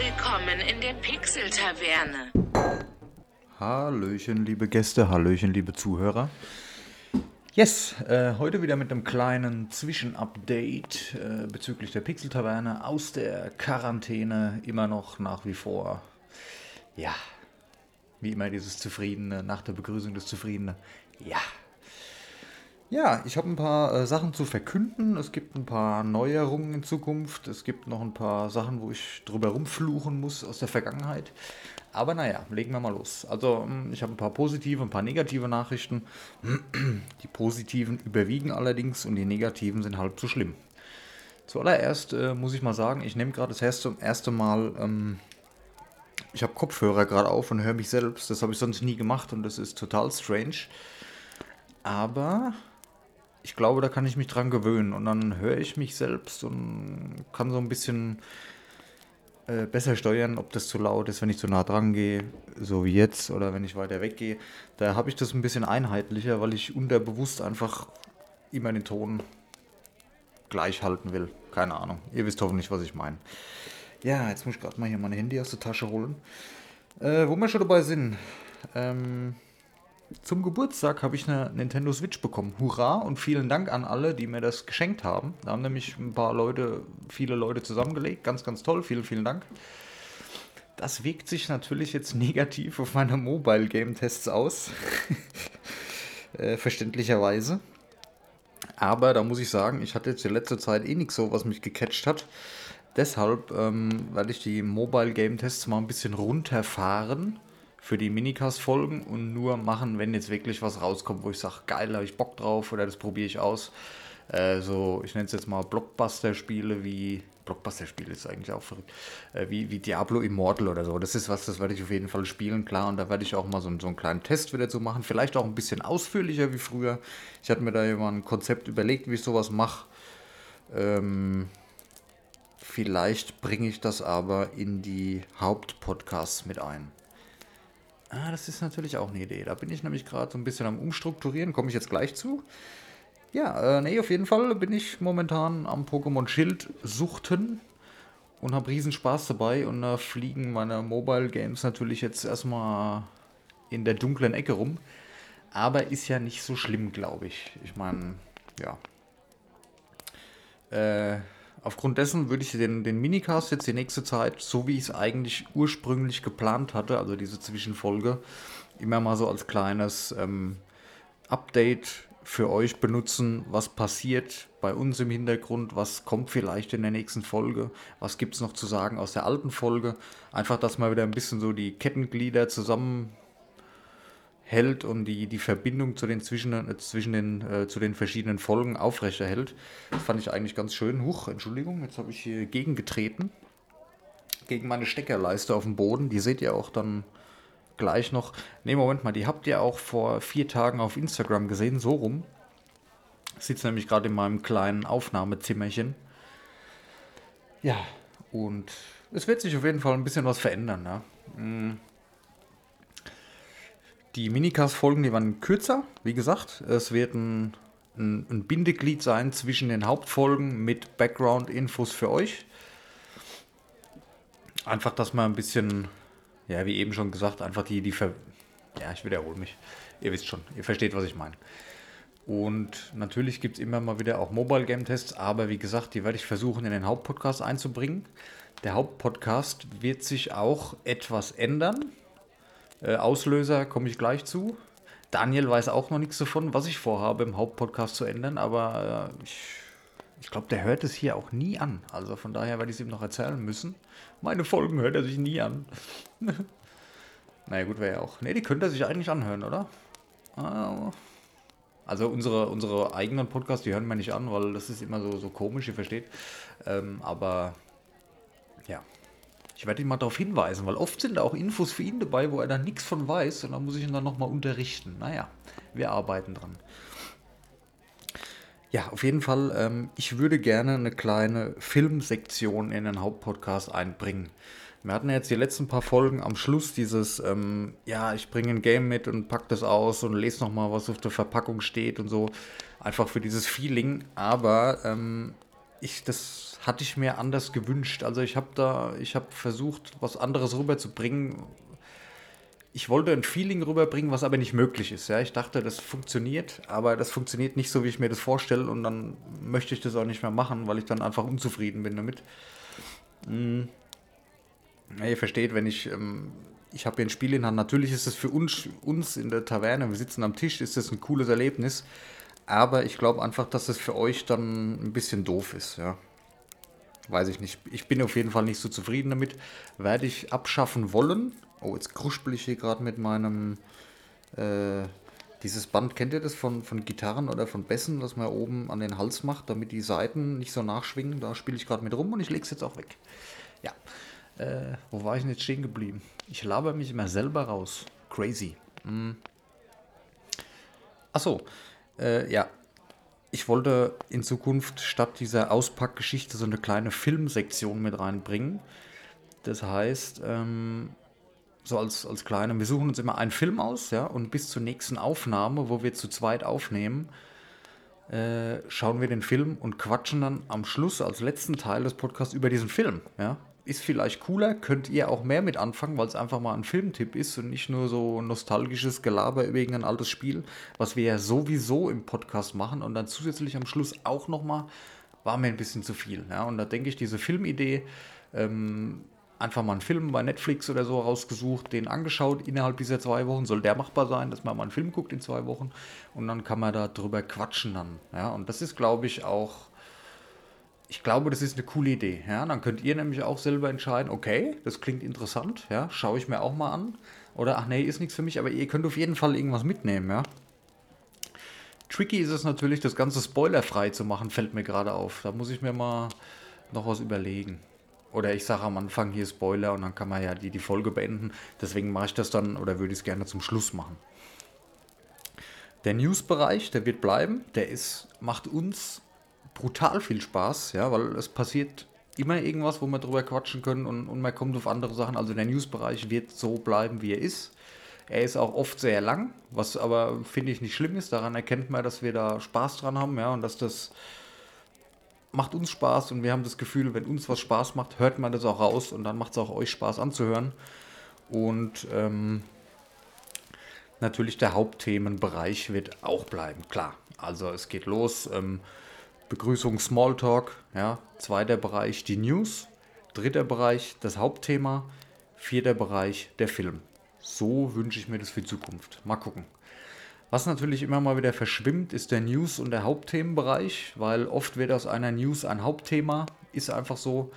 Willkommen in der Pixel-Taverne. Hallöchen, liebe Gäste, Hallöchen, liebe Zuhörer. Yes, heute wieder mit einem kleinen Zwischenupdate bezüglich der Pixel-Taverne aus der Quarantäne. Immer noch nach wie vor, ja, wie immer dieses Zufriedene, nach der Begrüßung das Zufriedene, ja. Ja, ich habe ein paar Sachen zu verkünden. Es gibt ein paar Neuerungen in Zukunft. Es gibt noch ein paar Sachen, wo ich drüber rumfluchen muss aus der Vergangenheit. Aber naja, legen wir mal los. Also, ich habe ein paar positive, ein paar negative Nachrichten. Die positiven überwiegen allerdings und die negativen sind halb so schlimm. Zuallererst muss ich mal sagen, ich nehme gerade das erste Mal, ich habe Kopfhörer gerade auf und höre mich selbst. Das habe ich sonst nie gemacht und das ist total strange. Aber ich glaube, da kann ich mich dran gewöhnen und dann höre ich mich selbst und kann so ein bisschen besser steuern, ob das zu laut ist, wenn ich zu nah dran gehe, so wie jetzt, oder wenn ich weiter weggehe. Da habe ich das ein bisschen einheitlicher, weil ich unterbewusst einfach immer den Ton gleich halten will. Keine Ahnung. Ihr wisst hoffentlich, was ich meine. Ja, jetzt muss ich gerade mal hier mein Handy aus der Tasche holen. Wo wir schon dabei sind. Zum Geburtstag habe ich eine Nintendo Switch bekommen. Hurra und vielen Dank an alle, die mir das geschenkt haben. Da haben nämlich ein paar Leute, viele Leute zusammengelegt. Ganz, ganz toll. Vielen, vielen Dank. Das wirkt sich natürlich jetzt negativ auf meine Mobile Game Tests aus. Verständlicherweise. Aber da muss ich sagen, ich hatte jetzt die letzte Zeit eh nichts so, was mich gecatcht hat. Deshalb werde ich die Mobile Game Tests mal ein bisschen runterfahren für die Minicast-Folgen und nur machen, wenn jetzt wirklich was rauskommt, wo ich sage, geil, da habe ich Bock drauf oder das probiere ich aus. So, ich nenne es jetzt mal Blockbuster-Spiele wie. Blockbuster-Spiele ist eigentlich auch verrückt. Wie Diablo Immortal oder so. Das ist was, das werde ich auf jeden Fall spielen, klar. Und da werde ich auch mal so einen kleinen Test wieder zu machen. Vielleicht auch ein bisschen ausführlicher wie früher. Ich hatte mir da ja mal ein Konzept überlegt, wie ich sowas mache. Vielleicht bringe ich das aber in die Hauptpodcasts mit ein. Ah, das ist natürlich auch eine Idee. Da bin ich nämlich gerade so ein bisschen am Umstrukturieren. Komme ich jetzt gleich zu. Ja, nee, auf jeden Fall bin ich momentan am Pokémon Schild suchten und habe riesen Spaß dabei. Und da fliegen meine Mobile Games natürlich jetzt erstmal in der dunklen Ecke rum. Aber ist ja nicht so schlimm, glaube ich. Ich meine, ja. Aufgrund dessen würde ich den Minicast jetzt die nächste Zeit, so wie ich es eigentlich ursprünglich geplant hatte, also diese Zwischenfolge, immer mal so als kleines Update für euch benutzen, was passiert bei uns im Hintergrund, was kommt vielleicht in der nächsten Folge, was gibt es noch zu sagen aus der alten Folge. Einfach, dass man wieder ein bisschen so die Kettenglieder zusammenhält und die Verbindung zu den zu den verschiedenen Folgen aufrechterhält. Das fand ich eigentlich ganz schön. Huch, Entschuldigung, jetzt habe ich hier gegengetreten. Gegen meine Steckerleiste auf dem Boden. Die seht ihr auch dann gleich noch. Ne, Moment mal, die habt ihr auch vor 4 Tagen auf Instagram gesehen, so rum. Sitzt nämlich gerade in meinem kleinen Aufnahmezimmerchen. Ja, und es wird sich auf jeden Fall ein bisschen was verändern, ja. Die Minicast-Folgen, die waren kürzer, wie gesagt. Es wird ein Bindeglied sein zwischen den Hauptfolgen mit Background-Infos für euch. Einfach, dass man ein bisschen, ja, wie eben schon gesagt, einfach ja, ich wiederhole mich. Ihr wisst schon, ihr versteht, was ich meine. Und natürlich gibt es immer mal wieder auch Mobile Game Tests, aber wie gesagt, die werde ich versuchen in den Hauptpodcast einzubringen. Der Hauptpodcast wird sich auch etwas ändern. Auslöser komme ich gleich zu. Daniel weiß auch noch nichts davon, was ich vorhabe im Hauptpodcast zu ändern, aber ich glaube, der hört es hier auch nie an. Also von daher werde ich es ihm noch erzählen müssen. Meine Folgen hört er sich nie an. Naja gut, wäre ja auch. Ne, die könnte er sich eigentlich anhören, oder? Also unsere eigenen Podcasts, die hören wir nicht an, weil das ist immer so komisch, ihr versteht. Aber ja, ich werde ihn mal darauf hinweisen, weil oft sind da auch Infos für ihn dabei, wo er dann nichts von weiß und dann muss ich ihn dann nochmal unterrichten. Naja, wir arbeiten dran. Ja, auf jeden Fall, ich würde gerne eine kleine Filmsektion in den Hauptpodcast einbringen. Wir hatten ja jetzt die letzten paar Folgen am Schluss dieses, ja, ich bringe ein Game mit und pack das aus und lese nochmal, was auf der Verpackung steht und so. Einfach für dieses Feeling. Aber das hatte ich mir anders gewünscht. Also ich habe versucht, was anderes rüberzubringen. Ich wollte ein Feeling rüberbringen, was aber nicht möglich ist. Ja, ich dachte, das funktioniert, aber das funktioniert nicht so, wie ich mir das vorstelle. Und dann möchte ich das auch nicht mehr machen, weil ich dann einfach unzufrieden bin damit. Ja, ihr versteht, wenn ich habe hier ein Spiel in Hand. Natürlich ist es für uns in der Taverne, wir sitzen am Tisch, ist das ein cooles Erlebnis. Aber ich glaube einfach, dass es für euch dann ein bisschen doof ist. Ja, weiß ich nicht. Ich bin auf jeden Fall nicht so zufrieden damit. Werde ich abschaffen wollen. Oh, jetzt kruspel ich hier gerade mit meinem Äh, dieses Band, kennt ihr das von Gitarren oder von Bässen, das man oben an den Hals macht, damit die Saiten nicht so nachschwingen? Da spiele ich gerade mit rum und ich lege es jetzt auch weg. Ja, wo war ich denn jetzt stehen geblieben? Ich laber mich immer selber raus. Crazy. Achso, ja. Ich wollte in Zukunft statt dieser Auspackgeschichte so eine kleine Filmsektion mit reinbringen. Das heißt, so als kleine, wir suchen uns immer einen Film aus, ja, und bis zur nächsten Aufnahme, wo wir zu zweit aufnehmen, schauen wir den Film und quatschen dann am Schluss als letzten Teil des Podcasts über diesen Film, ja. Ist vielleicht cooler, könnt ihr auch mehr mit anfangen, weil es einfach mal ein Filmtipp ist und nicht nur so nostalgisches Gelaber über irgendein altes Spiel, was wir ja sowieso im Podcast machen und dann zusätzlich am Schluss auch nochmal, war mir ein bisschen zu viel, ja. Und da denke ich, diese Filmidee, einfach mal einen Film bei Netflix oder so rausgesucht, den angeschaut innerhalb dieser 2 Wochen. Soll der machbar sein, dass man mal einen Film guckt in 2 Wochen und dann kann man da drüber quatschen dann. Ja, und das ist, glaube ich, auch, ich glaube, das ist eine coole Idee. Ja, dann könnt ihr nämlich auch selber entscheiden, okay, das klingt interessant, ja, schaue ich mir auch mal an. Oder ach nee, ist nichts für mich, aber ihr könnt auf jeden Fall irgendwas mitnehmen, ja. Tricky ist es natürlich, das Ganze spoilerfrei zu machen, fällt mir gerade auf. Da muss ich mir mal noch was überlegen. Oder ich sage am Anfang hier Spoiler und dann kann man ja die Folge beenden. Deswegen mache ich das dann oder würde ich es gerne zum Schluss machen. Der News-Bereich, der wird bleiben. Macht uns brutal viel Spaß, ja, weil es passiert immer irgendwas, wo wir drüber quatschen können und man kommt auf andere Sachen. Also der News-Bereich wird so bleiben, wie er ist. Er ist auch oft sehr lang, was aber finde ich nicht schlimm ist. Daran erkennt man, dass wir da Spaß dran haben, ja, und dass das macht uns Spaß und wir haben das Gefühl, wenn uns was Spaß macht, hört man das auch raus und dann macht es auch euch Spaß anzuhören. Und natürlich der Hauptthemenbereich wird auch bleiben, klar. Also es geht los, Begrüßung Smalltalk, ja, zweiter Bereich die News, dritter Bereich das Hauptthema, vierter Bereich der Film. So wünsche ich mir das für die Zukunft. Mal gucken. Was natürlich immer mal wieder verschwimmt, ist der News- und der Hauptthemenbereich, weil oft wird aus einer News ein Hauptthema. Ist einfach so,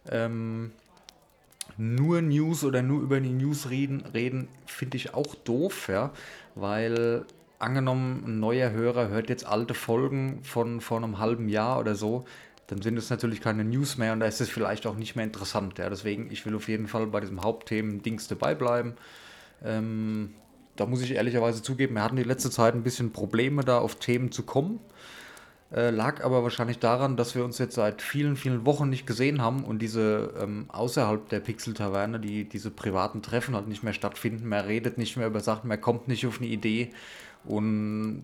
nur News oder nur über die News reden finde ich auch doof, ja, weil angenommen, ein neuer Hörer hört jetzt alte Folgen von vor einem halben Jahr oder so, dann sind es natürlich keine News mehr und da ist es vielleicht auch nicht mehr interessant. Ja. Deswegen, ich will auf jeden Fall bei diesem Hauptthemen-Dings dabei bleiben. Da muss ich ehrlicherweise zugeben, wir hatten die letzte Zeit ein bisschen Probleme, da auf Themen zu kommen. Lag aber wahrscheinlich daran, dass wir uns jetzt seit vielen, vielen Wochen nicht gesehen haben und diese außerhalb der Pixel-Taverne, diese privaten Treffen halt nicht mehr stattfinden. Man redet nicht mehr über Sachen, man kommt nicht auf eine Idee und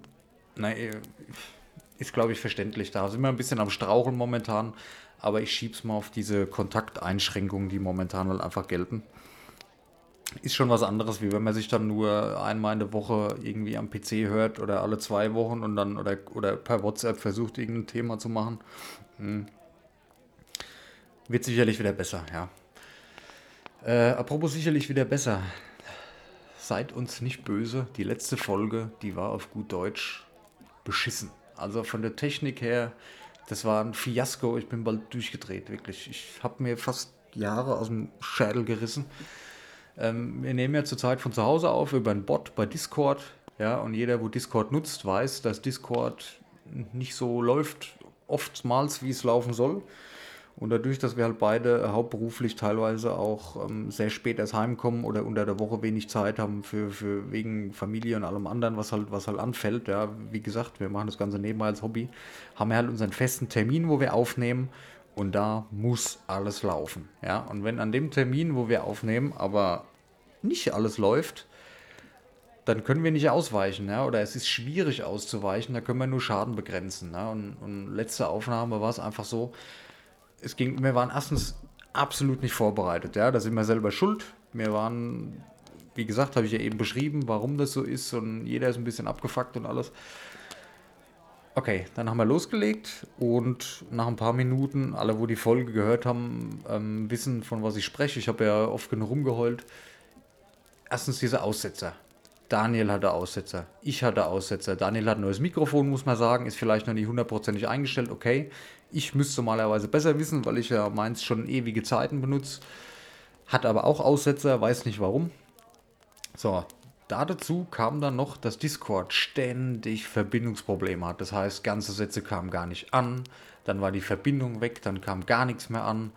ist, glaube ich, verständlich. Da sind wir ein bisschen am Straucheln momentan, aber ich schieb's mal auf diese Kontakteinschränkungen, die momentan halt einfach gelten. Ist schon was anderes, wie wenn man sich dann nur einmal in der Woche irgendwie am PC hört oder alle 2 Wochen und dann oder per WhatsApp versucht, irgendein Thema zu machen. Wird sicherlich wieder besser, ja. Apropos sicherlich wieder besser. Seid uns nicht böse. Die letzte Folge, die war auf gut Deutsch beschissen. Also von der Technik her, das war ein Fiasko. Ich bin bald durchgedreht, wirklich. Ich habe mir fast Jahre aus dem Schädel gerissen. Wir nehmen ja zurzeit von zu Hause auf über einen Bot bei Discord. Ja, und jeder, wo Discord nutzt, weiß, dass Discord nicht so läuft, oftmals, wie es laufen soll. Und dadurch, dass wir halt beide hauptberuflich teilweise auch sehr spät erst heimkommen oder unter der Woche wenig Zeit haben für wegen Familie und allem anderen, was halt anfällt, ja, wie gesagt, wir machen das Ganze nebenbei als Hobby, haben wir halt unseren festen Termin, wo wir aufnehmen und da muss alles laufen, ja. Und wenn an dem Termin, wo wir aufnehmen, aber nicht alles läuft, dann können wir nicht ausweichen, ja, oder es ist schwierig auszuweichen, da können wir nur Schaden begrenzen. Ja, und letzte Aufnahme war es einfach so, wir waren erstens absolut nicht vorbereitet, ja, da sind wir selber schuld. Wir waren, wie gesagt, habe ich ja eben beschrieben, warum das so ist und jeder ist ein bisschen abgefuckt und alles. Okay, dann haben wir losgelegt und nach ein paar Minuten, alle, wo die Folge gehört haben, wissen, von was ich spreche. Ich habe ja oft genug rumgeheult. Erstens diese Aussetzer. Daniel hatte Aussetzer, ich hatte Aussetzer. Daniel hat ein neues Mikrofon, muss man sagen, ist vielleicht noch nicht hundertprozentig eingestellt. Okay, ich müsste normalerweise besser wissen, weil ich ja meins schon ewige Zeiten benutze. Hat aber auch Aussetzer, weiß nicht warum. So, dazu kam dann noch, dass Discord ständig Verbindungsprobleme hat. Das heißt, ganze Sätze kamen gar nicht an, dann war die Verbindung weg, dann kam gar nichts mehr an.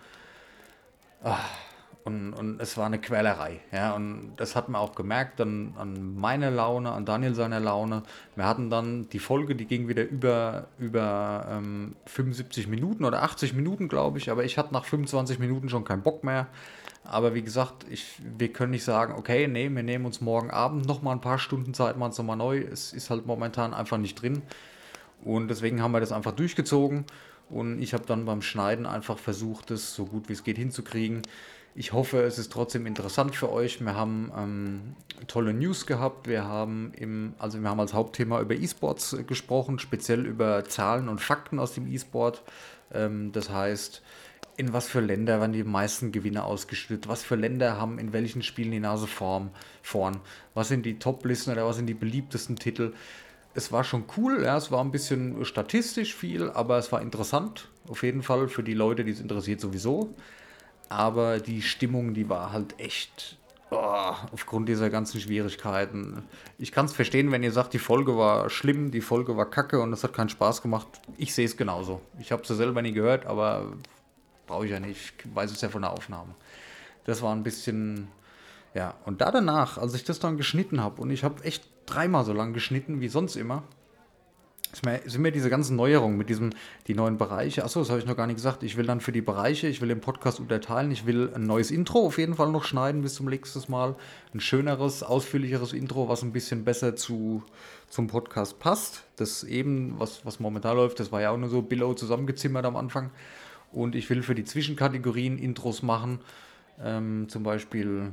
Und es war eine Quälerei. Ja, und das hat man auch gemerkt dann an meiner Laune, an Daniel seiner Laune. Wir hatten dann die Folge, die ging wieder über 75 Minuten oder 80 Minuten, glaube ich. Aber ich hatte nach 25 Minuten schon keinen Bock mehr. Aber wie gesagt, wir können nicht sagen, okay, nee, wir nehmen uns morgen Abend nochmal ein paar Stunden Zeit, machen es nochmal neu. Es ist halt momentan einfach nicht drin. Und deswegen haben wir das einfach durchgezogen. Und ich habe dann beim Schneiden einfach versucht, das so gut wie es geht hinzukriegen. Ich hoffe, es ist trotzdem interessant für euch. Wir haben tolle News gehabt. Wir haben als Hauptthema über E-Sports gesprochen, speziell über Zahlen und Fakten aus dem E-Sport. Das heißt, in was für Länder werden die meisten Gewinne ausgeschüttet, was für Länder haben in welchen Spielen die Nase vorn, was sind die Top-Listen oder was sind die beliebtesten Titel. Es war schon cool, ja, es war ein bisschen statistisch viel, aber es war interessant, auf jeden Fall für die Leute, die es interessiert sowieso. Aber die Stimmung, die war halt echt aufgrund dieser ganzen Schwierigkeiten. Ich kann es verstehen, wenn ihr sagt, die Folge war schlimm, die Folge war kacke und es hat keinen Spaß gemacht. Ich sehe es genauso. Ich habe sie selber nie gehört, aber brauche ich ja nicht. Ich weiß es ja von der Aufnahme. Das war ein bisschen, ja. Und danach, als ich das dann geschnitten habe, und ich habe echt dreimal so lang geschnitten wie sonst immer, sind mir diese ganzen Neuerungen mit die neuen Bereiche. Achso, das habe ich noch gar nicht gesagt. Ich will dann für die Bereiche, ich will den Podcast unterteilen. Ich will ein neues Intro auf jeden Fall noch schneiden bis zum nächsten Mal. Ein schöneres, ausführlicheres Intro, was ein bisschen besser zum Podcast passt. Das eben, was momentan läuft, das war ja auch nur so Billow zusammengezimmert am Anfang. Und ich will für die Zwischenkategorien Intros machen. Zum Beispiel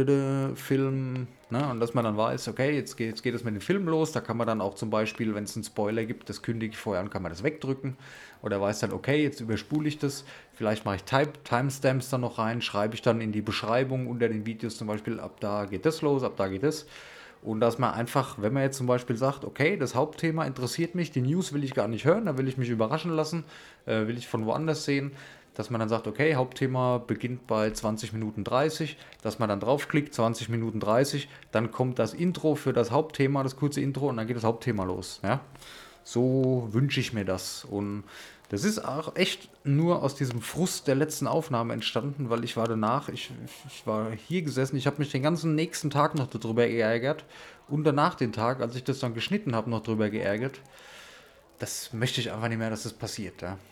Film, ne? Und dass man dann weiß, okay, jetzt geht es mit dem Film los. Da kann man dann auch zum Beispiel, wenn es einen Spoiler gibt, das kündige ich vorher an, kann man das wegdrücken. Oder weiß dann, okay, jetzt überspule ich das. Vielleicht mache ich Timestamps dann noch rein, schreibe ich dann in die Beschreibung unter den Videos zum Beispiel, ab da geht das los, ab da geht das. Und dass man einfach, wenn man jetzt zum Beispiel sagt, okay, das Hauptthema interessiert mich, die News will ich gar nicht hören, da will ich mich überraschen lassen, will ich von woanders sehen, dass man dann sagt, okay, Hauptthema beginnt bei 20 Minuten 30, dass man dann draufklickt, 20 Minuten 30, dann kommt das Intro für das Hauptthema, das kurze Intro und dann geht das Hauptthema los. Ja? So wünsche ich mir das. Und das ist auch echt nur aus diesem Frust der letzten Aufnahme entstanden, weil ich war danach, ich war hier gesessen, ich habe mich den ganzen nächsten Tag noch darüber geärgert und danach den Tag, als ich das dann geschnitten habe, noch darüber geärgert. Das möchte ich einfach nicht mehr, dass das passiert. Ja.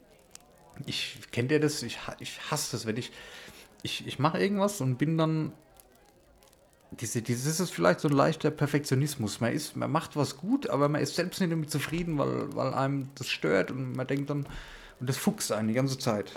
Kennt ihr das? Ich hasse das, wenn ich mache irgendwas und bin dann. Dieses ist vielleicht so ein leichter Perfektionismus. Man macht was gut, aber man ist selbst nicht damit zufrieden, weil einem das stört und man denkt dann, und das fuchst einen die ganze Zeit.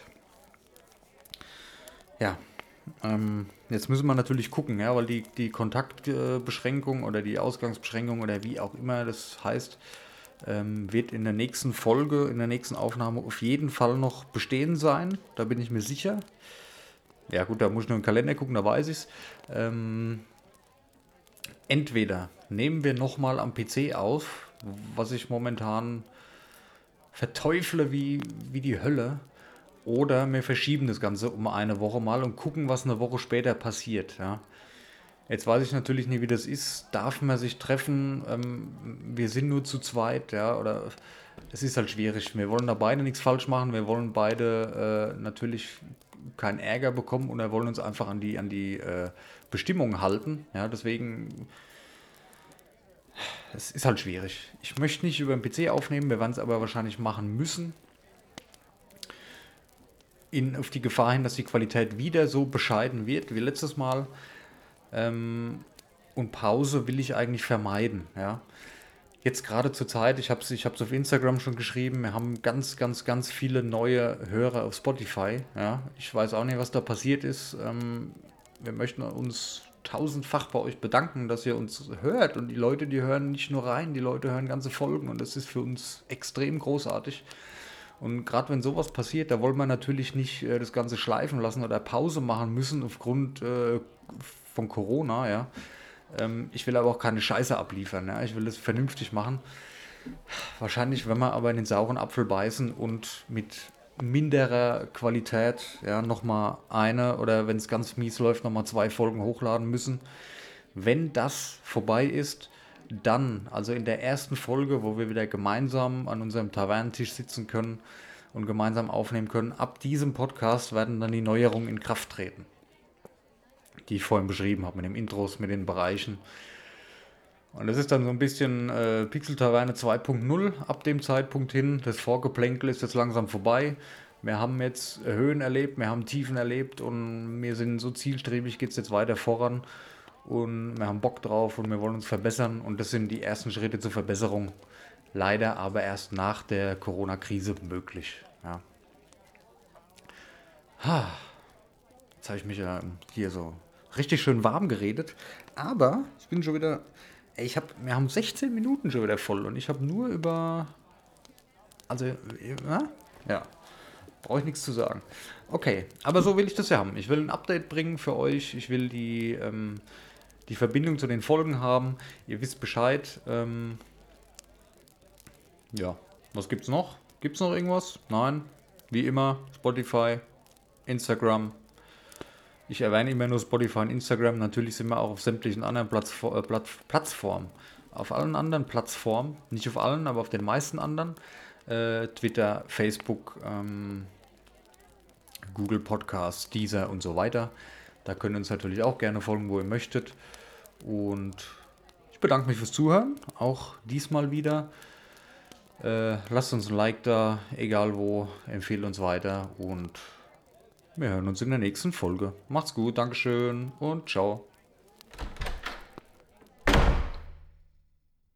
Ja, jetzt müssen wir natürlich gucken, ja, weil die Kontaktbeschränkung oder die Ausgangsbeschränkung oder wie auch immer das heißt, wird in der nächsten Folge, in der nächsten Aufnahme auf jeden Fall noch bestehen sein. Da bin ich mir sicher. Ja gut, da muss ich nur in den Kalender gucken, da weiß ich es. Entweder nehmen wir nochmal am PC auf, was ich momentan verteufle wie die Hölle, oder wir verschieben das Ganze um eine Woche mal und gucken, was eine Woche später passiert. Ja. Jetzt weiß ich natürlich nicht, wie das ist. Darf man sich treffen? Wir sind nur zu zweit, ja, oder es ist halt schwierig. Wir wollen da beide nichts falsch machen. Wir wollen beide natürlich keinen Ärger bekommen und wir wollen uns einfach an die Bestimmungen halten. Ja, deswegen, es ist halt schwierig. Ich möchte nicht über den PC aufnehmen, wir werden es aber wahrscheinlich machen müssen. Auf die Gefahr hin, dass die Qualität wieder so bescheiden wird wie letztes Mal. Und Pause will ich eigentlich vermeiden, ja. Jetzt gerade zur Zeit, ich habe es auf Instagram schon geschrieben, wir haben ganz, ganz, ganz viele neue Hörer auf Spotify. Ja. Ich weiß auch nicht, was da passiert ist. Wir möchten uns tausendfach bei euch bedanken, dass ihr uns hört. Und die Leute, die hören nicht nur rein, die Leute hören ganze Folgen. Und das ist für uns extrem großartig. Und gerade wenn sowas passiert, da wollen wir natürlich nicht das Ganze schleifen lassen oder Pause machen müssen aufgrund von Corona, ja. Ich will aber auch keine Scheiße abliefern. Ja? Ich will das vernünftig machen. Wahrscheinlich, wenn wir aber in den sauren Apfel beißen und mit minderer Qualität ja, nochmal eine oder wenn es ganz mies läuft, nochmal 2 Folgen hochladen müssen. Wenn das vorbei ist, dann, also in der ersten Folge, wo wir wieder gemeinsam an unserem Tavernentisch sitzen können und gemeinsam aufnehmen können, ab diesem Podcast werden dann die Neuerungen in Kraft treten, die ich vorhin beschrieben habe, mit den Intros, mit den Bereichen. Und das ist dann so ein bisschen Pixel Taverne 2.0 ab dem Zeitpunkt hin. Das Vorgeplänkel ist jetzt langsam vorbei. Wir haben jetzt Höhen erlebt, wir haben Tiefen erlebt und wir sind so zielstrebig, geht es jetzt weiter voran. Und wir haben Bock drauf und wir wollen uns verbessern. Und das sind die ersten Schritte zur Verbesserung. Leider aber erst nach der Corona-Krise möglich. Ja. Jetzt habe ich mich ja hier so richtig schön warm geredet. Aber ich bin schon wieder. Wir haben 16 Minuten schon wieder voll und ich habe nur über. Also, ja. Brauche ich nichts zu sagen. Okay, aber so will ich das ja haben. Ich will ein Update bringen für euch. Ich will die Verbindung zu den Folgen haben. Ihr wisst Bescheid. Ja, was gibt's noch? Gibt's noch irgendwas? Nein. Wie immer, Spotify, Instagram. Ich erwähne immer nur Spotify und Instagram. Natürlich sind wir auch auf sämtlichen anderen Plattformen. Auf allen anderen Plattformen. Nicht auf allen, aber auf den meisten anderen. Twitter, Facebook, Google Podcasts, Deezer und so weiter. Da könnt ihr uns natürlich auch gerne folgen, wo ihr möchtet. Und ich bedanke mich fürs Zuhören. Auch diesmal wieder. Lasst uns ein Like da, egal wo. Empfehlt uns weiter und wir hören uns in der nächsten Folge. Macht's gut, Dankeschön und ciao.